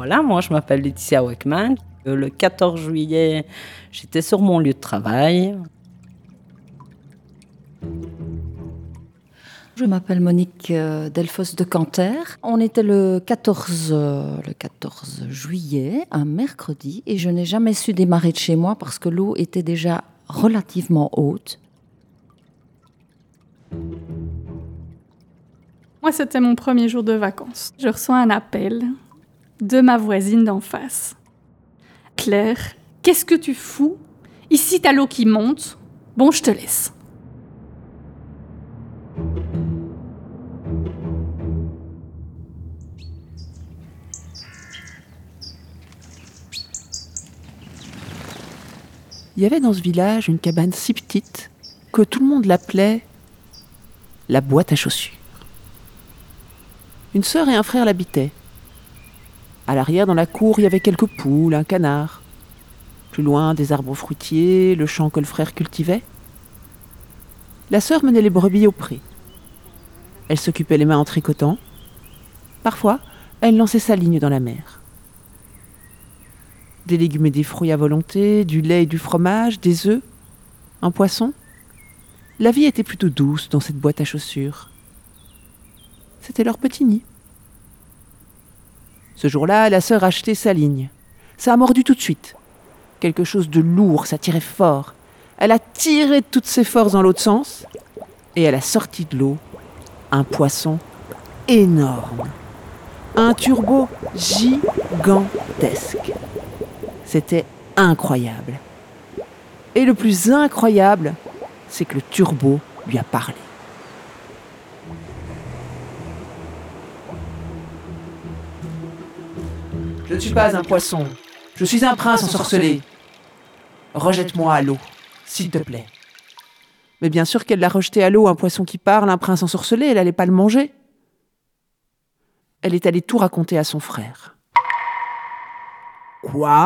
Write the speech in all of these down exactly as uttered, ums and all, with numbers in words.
Voilà, moi je m'appelle Laetitia Weckman. Le quatorze juillet, j'étais sur mon lieu de travail. Je m'appelle Monique euh, Delfos de Canter. On était le quatorze, euh, le quatorze juillet, un mercredi, et je n'ai jamais su démarrer de chez moi parce que l'eau était déjà relativement haute. Moi, c'était mon premier jour de vacances. Je reçois un appel de ma voisine d'en face. « Claire, qu'est-ce que tu fous ? Ici, t'as l'eau qui monte. Bon, je te laisse. » Il y avait dans ce village une cabane si petite que tout le monde l'appelait la boîte à chaussures. Une sœur et un frère l'habitaient. À l'arrière, dans la cour, il y avait quelques poules, un canard. Plus loin, des arbres fruitiers, le champ que le frère cultivait. La sœur menait les brebis au pré. Elle s'occupait les mains en tricotant. Parfois, elle lançait sa ligne dans la mer. Des légumes et des fruits à volonté, du lait et du fromage, des œufs, un poisson. La vie était plutôt douce dans cette boîte à chaussures. C'était leur petit nid. Ce jour-là, la sœur a acheté sa ligne. Ça a mordu tout de suite. Quelque chose de lourd, ça tirait fort. Elle a tiré de toutes ses forces dans l'autre sens et elle a sorti de l'eau un poisson énorme. Un turbo gigantesque. C'était incroyable. Et le plus incroyable, c'est que le turbo lui a parlé. Je ne suis pas un poisson, je suis un prince ensorcelé. Rejette-moi à l'eau, s'il te plaît. Mais bien sûr qu'elle l'a rejeté à l'eau, un poisson qui parle, un prince ensorcelé, elle n'allait pas le manger. Elle est allée tout raconter à son frère. Quoi ?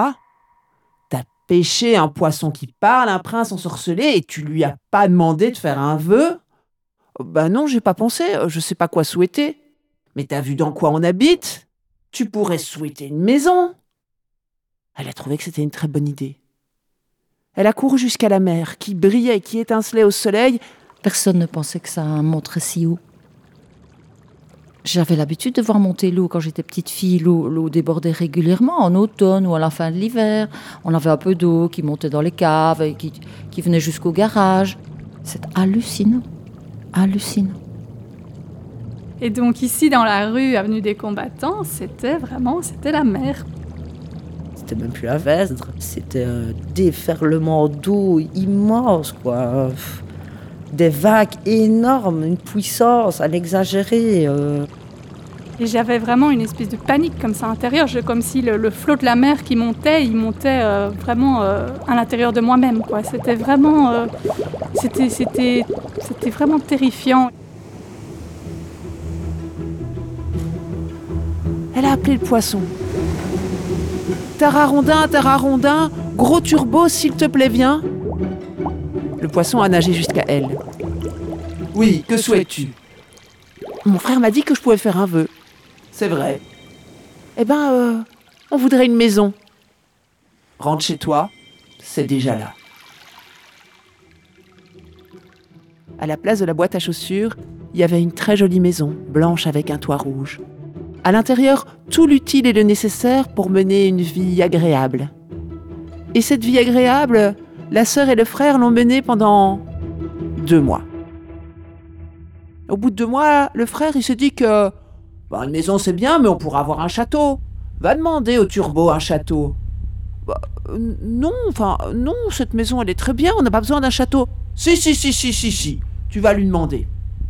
T'as pêché un poisson qui parle, un prince ensorcelé, et tu lui as pas demandé de faire un vœu ? Ben non, j'ai pas pensé, je sais pas quoi souhaiter. Mais t'as vu dans quoi on habite ? Tu pourrais souhaiter une maison. Elle a trouvé que c'était une très bonne idée. Elle a couru jusqu'à la mer, qui brillait, qui étincelait au soleil. Personne ne pensait que ça monterait si haut. J'avais l'habitude de voir monter l'eau quand j'étais petite fille. L'eau, l'eau débordait régulièrement en automne ou à la fin de l'hiver. On avait un peu d'eau qui montait dans les caves et qui, qui venait jusqu'au garage. C'est hallucinant, hallucinant. Et donc ici, dans la rue, avenue des Combattants, c'était vraiment, c'était la mer. C'était même plus la Vesdre, c'était un déferlement d'eau immense, quoi. Des vagues énormes, une puissance à l'exagérer. Euh. Et j'avais vraiment une espèce de panique comme ça à l'intérieur, je, comme si le, le flot de la mer qui montait, il montait euh, vraiment euh, à l'intérieur de moi-même, quoi. C'était vraiment, euh, c'était, c'était, c'était vraiment terrifiant. Elle a appelé le poisson. Tararondin, tararondin, gros turbo, s'il te plaît, viens. Le poisson a nagé jusqu'à elle. Oui, que souhaites-tu ? Mon frère m'a dit que je pouvais faire un vœu. C'est vrai. Eh ben, euh, on voudrait une maison. Rentre chez toi, c'est déjà là. À la place de la boîte à chaussures, il y avait une très jolie maison, blanche avec un toit rouge. À l'intérieur, tout l'utile et le nécessaire pour mener une vie agréable. Et cette vie agréable, la sœur et le frère l'ont menée pendant deux mois. Au bout de deux mois, le frère il s'est dit que bah, une maison c'est bien, mais on pourra avoir un château. Va demander au turbo un château. Bah, euh, non, enfin non, cette maison elle est très bien, on n'a pas besoin d'un château. Si, si, si, si, si, si, tu vas lui demander.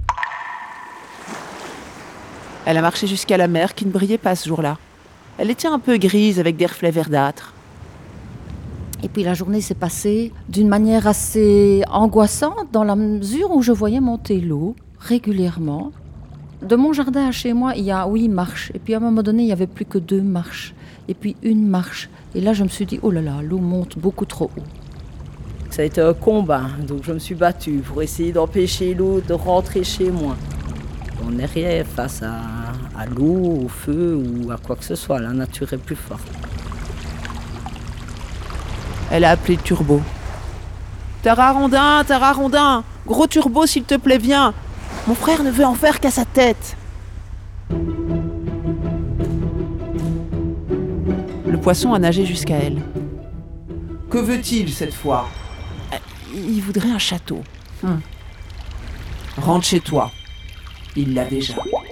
Elle a marché jusqu'à la mer qui ne brillait pas ce jour-là. Elle était un peu grise avec des reflets verdâtres. Et puis la journée s'est passée d'une manière assez angoissante dans la mesure où je voyais monter l'eau régulièrement. De mon jardin à chez moi, il y a huit marches. Et puis à un moment donné, il n'y avait plus que deux marches. Et puis une marche. Et là, je me suis dit, oh là là, l'eau monte beaucoup trop haut. Ça a été un combat, donc je me suis battue pour essayer d'empêcher l'eau de rentrer chez moi. On n'est rien face à, à l'eau, au feu ou à quoi que ce soit. La nature est plus forte. Elle a appelé le turbo. Tara Rondin, Tara Rondin, gros turbo s'il te plaît, viens. Mon frère ne veut en faire qu'à sa tête. Le poisson a nagé jusqu'à elle. Que veut-il cette fois ? Il voudrait un château. Hum. Rentre chez toi. Il l'a déjà.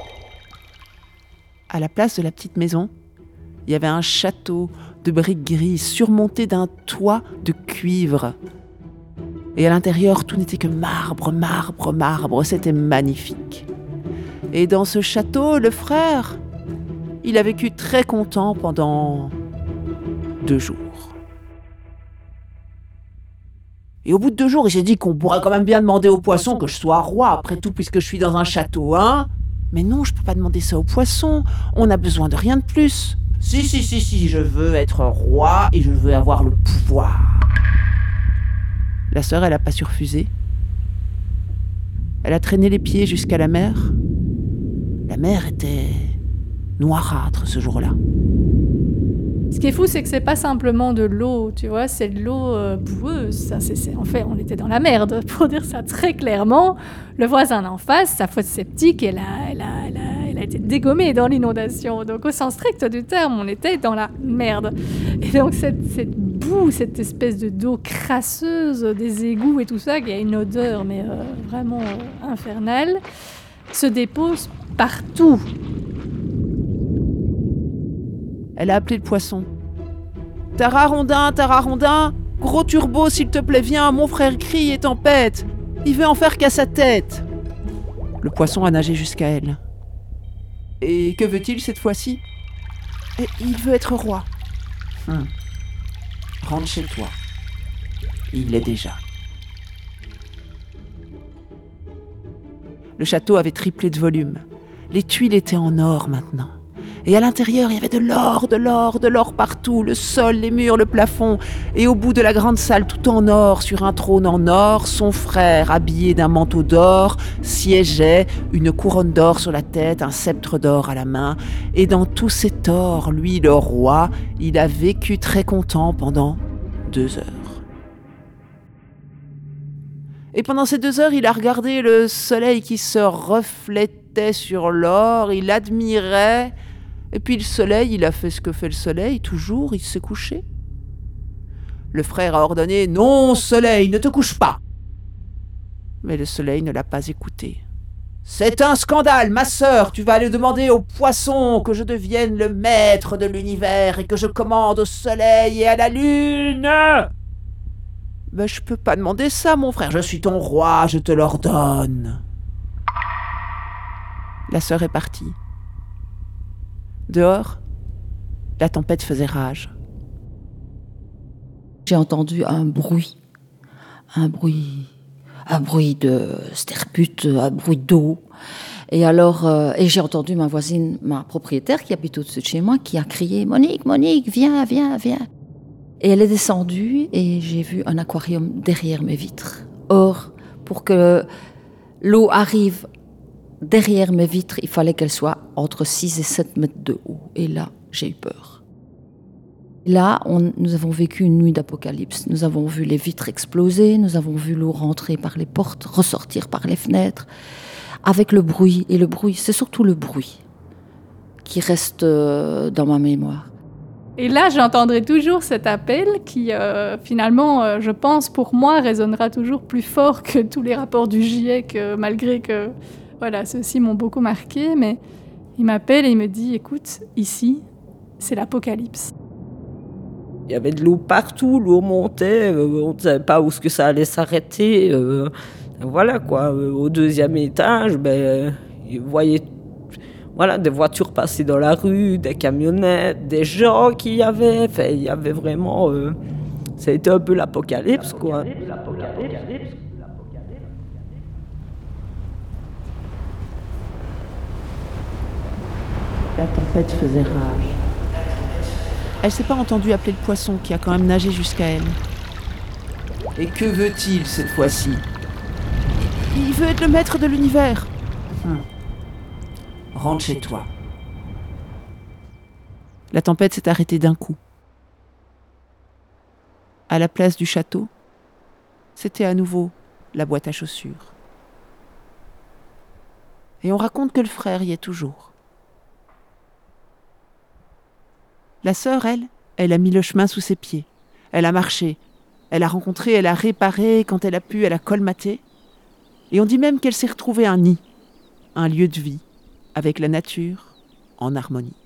À la place de la petite maison, il y avait un château de briques grises surmonté d'un toit de cuivre. Et à l'intérieur, tout n'était que marbre, marbre, marbre. C'était magnifique. Et dans ce château, le frère, il a vécu très content pendant deux jours. Et au bout de deux jours, il s'est dit qu'on pourrait quand même bien demander au poisson que je sois roi, après tout, puisque je suis dans un château, hein ? Mais non, je peux pas demander ça au poisson. On n'a besoin de rien de plus. Si, si, si, si, je veux être roi et je veux avoir le pouvoir. La sœur, elle a pas su refuser. Elle a traîné les pieds jusqu'à la mer. La mer était noirâtre ce jour-là. Ce qui est fou, c'est que c'est pas simplement de l'eau, tu vois, c'est de l'eau euh, boueuse. Ça, c'est, c'est, en fait, on était dans la merde, pour dire ça très clairement. Le voisin d'en face, sa fosse septique, elle a, elle a, elle a, elle a été dégommée dans l'inondation. Donc, au sens strict du terme, on était dans la merde. Et donc, cette, cette boue, cette espèce de d'eau crasseuse des égouts et tout ça, qui a une odeur, mais euh, vraiment euh, infernale, se dépose partout. Elle a appelé le poisson. Tara Rondin, Tara Rondin, gros turbo s'il te plaît, viens, mon frère crie et tempête. Il veut en faire qu'à sa tête. Le poisson a nagé jusqu'à elle. Et que veut-il cette fois-ci ? Et il veut être roi. Hum. Rentre chez toi. Il l'est déjà. Le château avait triplé de volume. Les tuiles étaient en or maintenant. Et à l'intérieur, il y avait de l'or, de l'or, de l'or partout, le sol, les murs, le plafond. Et au bout de la grande salle, tout en or, sur un trône en or, son frère, habillé d'un manteau d'or, siégeait, une couronne d'or sur la tête, un sceptre d'or à la main. Et dans tout cet or, lui, le roi, il a vécu très content pendant deux heures. Et pendant ces deux heures, il a regardé le soleil qui se reflétait sur l'or, il admirait... Et puis le soleil, il a fait ce que fait le soleil, toujours, il s'est couché. Le frère a ordonné « Non, soleil, ne te couche pas !» Mais le soleil ne l'a pas écouté. « C'est un scandale, ma sœur, tu vas aller demander au poisson que je devienne le maître de l'univers et que je commande au soleil et à la lune !»« Ben, je peux pas demander ça, mon frère, je suis ton roi, je te l'ordonne. » La sœur est partie. Dehors, la tempête faisait rage. J'ai entendu un bruit, un bruit, un bruit de sterput, un bruit d'eau. Et alors, euh, et j'ai entendu ma voisine, ma propriétaire qui habite au-dessus de chez moi, qui a crié « Monique, Monique, viens, viens, viens !» Et elle est descendue et j'ai vu un aquarium derrière mes vitres. Or, pour que l'eau arrive derrière mes vitres, il fallait qu'elle soit entre six et sept mètres de haut. Et là, j'ai eu peur. Là, on, nous avons vécu une nuit d'apocalypse. Nous avons vu les vitres exploser, nous avons vu l'eau rentrer par les portes, ressortir par les fenêtres, avec le bruit. Et le bruit, c'est surtout le bruit qui reste euh, dans ma mémoire. Et là, j'entendrai toujours cet appel qui, euh, finalement, euh, je pense, pour moi, résonnera toujours plus fort que tous les rapports du GIEC, euh, malgré que... Voilà, ceux-ci m'ont beaucoup marqué, mais il m'appelle et il me dit « Écoute, ici, c'est l'apocalypse. » Il y avait de l'eau partout, l'eau montait, euh, on ne savait pas où ce que ça allait s'arrêter. Euh, voilà quoi, euh, au deuxième étage, ben, euh, vous voyez voilà, des voitures passer dans la rue, des camionnettes, des gens qu'il y avait. Enfin, il y avait vraiment... Euh, ça a été un peu l'apocalypse, quoi. L'apocalypse. La tempête faisait rage. Elle s'est pas entendue appeler le poisson qui a quand même nagé jusqu'à elle. Et que veut-il cette fois-ci ? Il veut être le maître de l'univers. Hum. Rentre chez toi. La tempête s'est arrêtée d'un coup. À la place du château, c'était à nouveau la boîte à chaussures. Et on raconte que le frère y est toujours. La sœur, elle, elle a mis le chemin sous ses pieds. Elle a marché. Elle a rencontré, elle a réparé. Quand elle a pu, elle a colmaté. Et on dit même qu'elle s'est retrouvée un nid, un lieu de vie, avec la nature, en harmonie.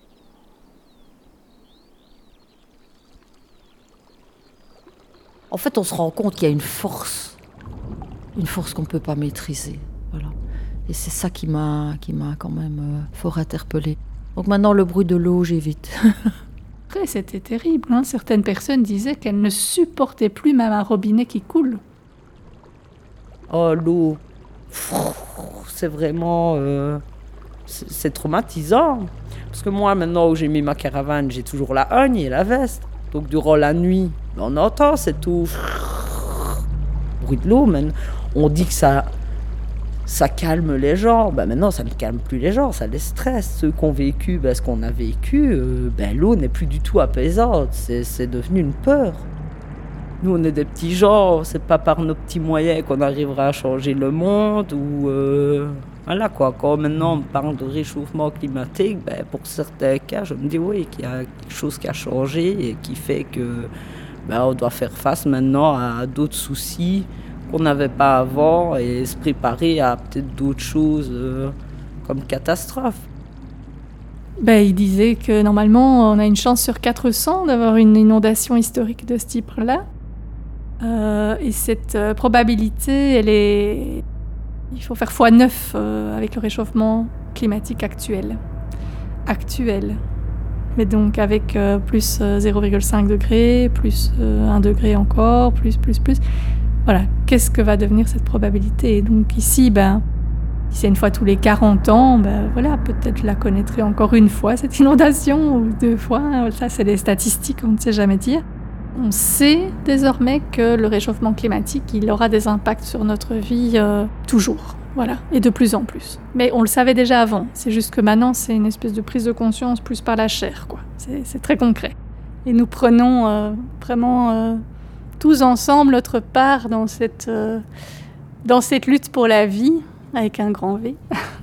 En fait, on se rend compte qu'il y a une force, une force qu'on ne peut pas maîtriser. Voilà. Et c'est ça qui m'a, qui m'a quand même euh, fort interpellée. Donc maintenant, le bruit de l'eau, j'évite. Après, c'était terrible. Hein. Certaines personnes disaient qu'elles ne supportaient plus même un robinet qui coule. Oh, l'eau, c'est vraiment... Euh, c'est, c'est traumatisant. Parce que moi, maintenant où j'ai mis ma caravane, j'ai toujours la hogne et la veste. Donc durant la nuit, on entend c'est tout bruit de l'eau. Man. On dit que ça, ça calme les gens. Ben maintenant, ça ne calme plus les gens, ça les stresse. Ceux qui ont vécu ben, ce qu'on a vécu, euh, ben, l'eau n'est plus du tout apaisante. C'est, c'est devenu une peur. Nous, on est des petits gens. C'est pas par nos petits moyens qu'on arrivera à changer le monde. Ou euh, voilà quoi. Quand maintenant on parle de réchauffement climatique, ben, pour certains cas, je me dis oui, qu'il y a quelque chose qui a changé et qui fait que ben, on doit faire face maintenant à d'autres soucis qu'on n'avait pas avant et se préparer à peut-être d'autres choses euh, comme catastrophes. Ben, il disait que normalement, on a une chance sur quatre cents d'avoir une inondation historique de ce type-là. Euh, et cette euh, probabilité, elle est... Il faut faire fois neuf euh, avec le réchauffement climatique actuel. Actuel. Mais donc avec euh, plus euh, zéro virgule cinq degré, plus euh, un degré encore, plus, plus, plus. Voilà, qu'est-ce que va devenir cette probabilité ? Et donc ici, ben, si c'est une fois tous les quarante ans, ben voilà, peut-être je la connaîtrai encore une fois, cette inondation, ou deux fois. Ça, c'est des statistiques, on ne sait jamais dire. On sait désormais que le réchauffement climatique, il aura des impacts sur notre vie euh, toujours, voilà, et de plus en plus. Mais on le savait déjà avant, c'est juste que maintenant, c'est une espèce de prise de conscience plus par la chair, quoi. C'est, c'est très concret. Et nous prenons euh, vraiment euh, tous ensemble notre part dans cette, euh, dans cette lutte pour la vie, avec un grand V.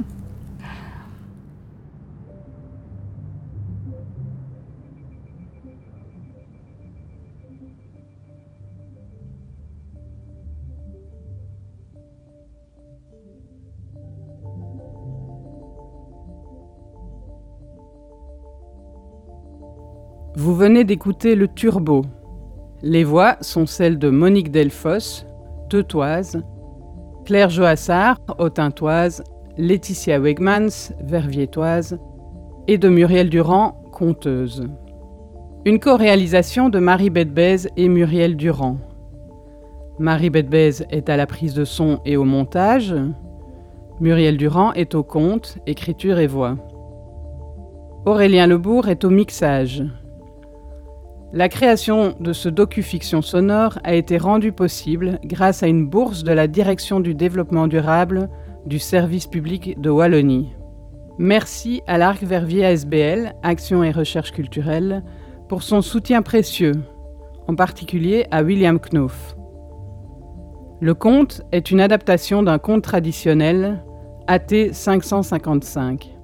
Vous venez d'écouter Le Turbo. Les voix sont celles de Monique Delfosse, teutoise, Claire Joassard, autun-toise, Laetitia Wegmans, verviétoise, et de Muriel Durand, conteuse. Une co-réalisation de Marie Bedbez et Muriel Durand. Marie Bedbez est à la prise de son et au montage. Muriel Durand est au conte, écriture et voix. Aurélien Lebourg est au mixage. La création de ce docu-fiction sonore a été rendue possible grâce à une bourse de la Direction du développement durable du service public de Wallonie. Merci à l'Arc Verviers A S B L, Action et Recherche culturelle, pour son soutien précieux, en particulier à William Knopf. Le conte est une adaptation d'un conte traditionnel, A T cinq cent cinquante-cinq.